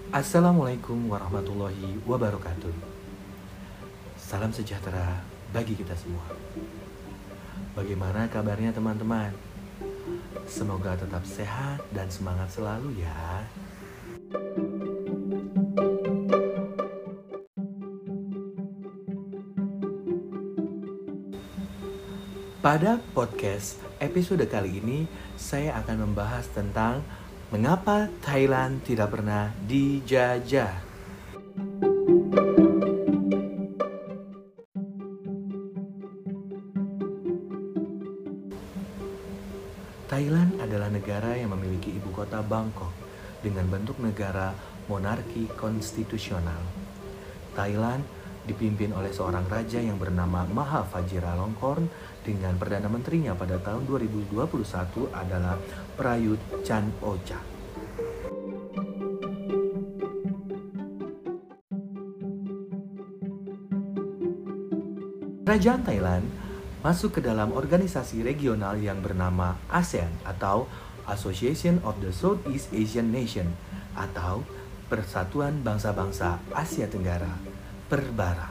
Assalamualaikum warahmatullahi wabarakatuh. Salam sejahtera bagi kita semua. Bagaimana kabarnya teman-teman? Semoga tetap sehat dan semangat selalu ya. Pada podcast episode kali ini, saya akan membahas tentang mengapa Thailand tidak pernah dijajah. Thailand adalah negara yang memiliki ibu kota Bangkok dengan bentuk negara monarki konstitusional. Thailand dipimpin oleh seorang raja yang bernama Maha Vajiralongkorn dengan Perdana Menterinya pada tahun 2021 adalah Prayut Chan-o-cha. Kerajaan Thailand masuk ke dalam organisasi regional yang bernama ASEAN atau Association of the Southeast Asian Nation atau Persatuan Bangsa-Bangsa Asia Tenggara, Perbara.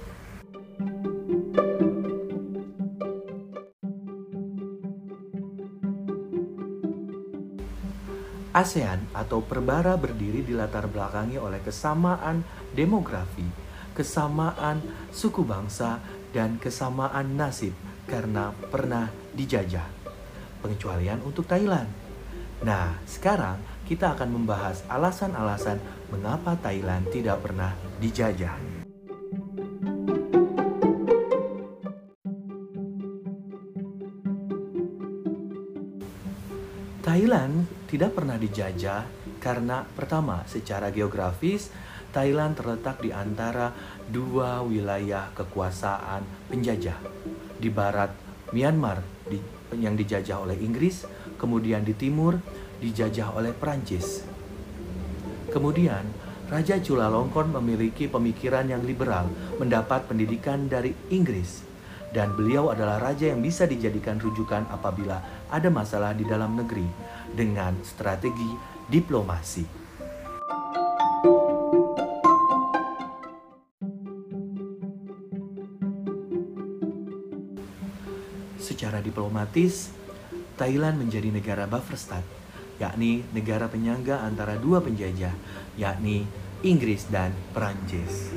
ASEAN atau Perbara berdiri di latar belakangi oleh kesamaan demografi, kesamaan suku bangsa, dan kesamaan nasib karena pernah dijajah. Pengecualian untuk Thailand. Nah, sekarang kita akan membahas alasan-alasan mengapa Thailand tidak pernah dijajah. Thailand tidak pernah dijajah karena pertama, secara geografis Thailand terletak di antara dua wilayah kekuasaan penjajah. Di barat Myanmar yang dijajah oleh Inggris, kemudian di timur dijajah oleh Perancis. Kemudian Raja Chulalongkorn memiliki pemikiran yang liberal, mendapat pendidikan dari Inggris, dan beliau adalah raja yang bisa dijadikan rujukan apabila ada masalah di dalam negeri dengan strategi diplomasi. Secara diplomatis, Thailand menjadi negara buffer state, yakni negara penyangga antara dua penjajah, yakni Inggris dan Perancis.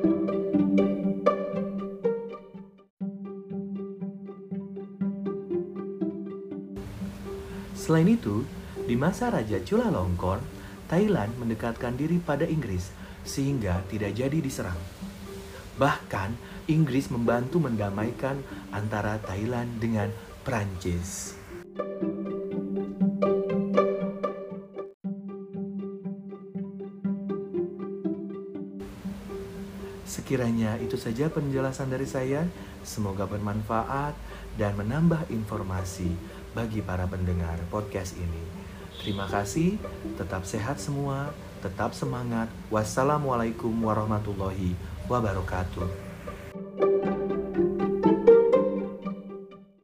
Selain itu, di masa Raja Chulalongkorn, Thailand mendekatkan diri pada Inggris sehingga tidak jadi diserang. Bahkan, Inggris membantu mendamaikan antara Thailand dengan Perancis. Sekiranya itu saja penjelasan dari saya, semoga bermanfaat dan menambah informasi bagi para pendengar podcast ini. Terima kasih, tetap sehat semua, tetap semangat. Wassalamualaikum warahmatullahi wabarakatuh.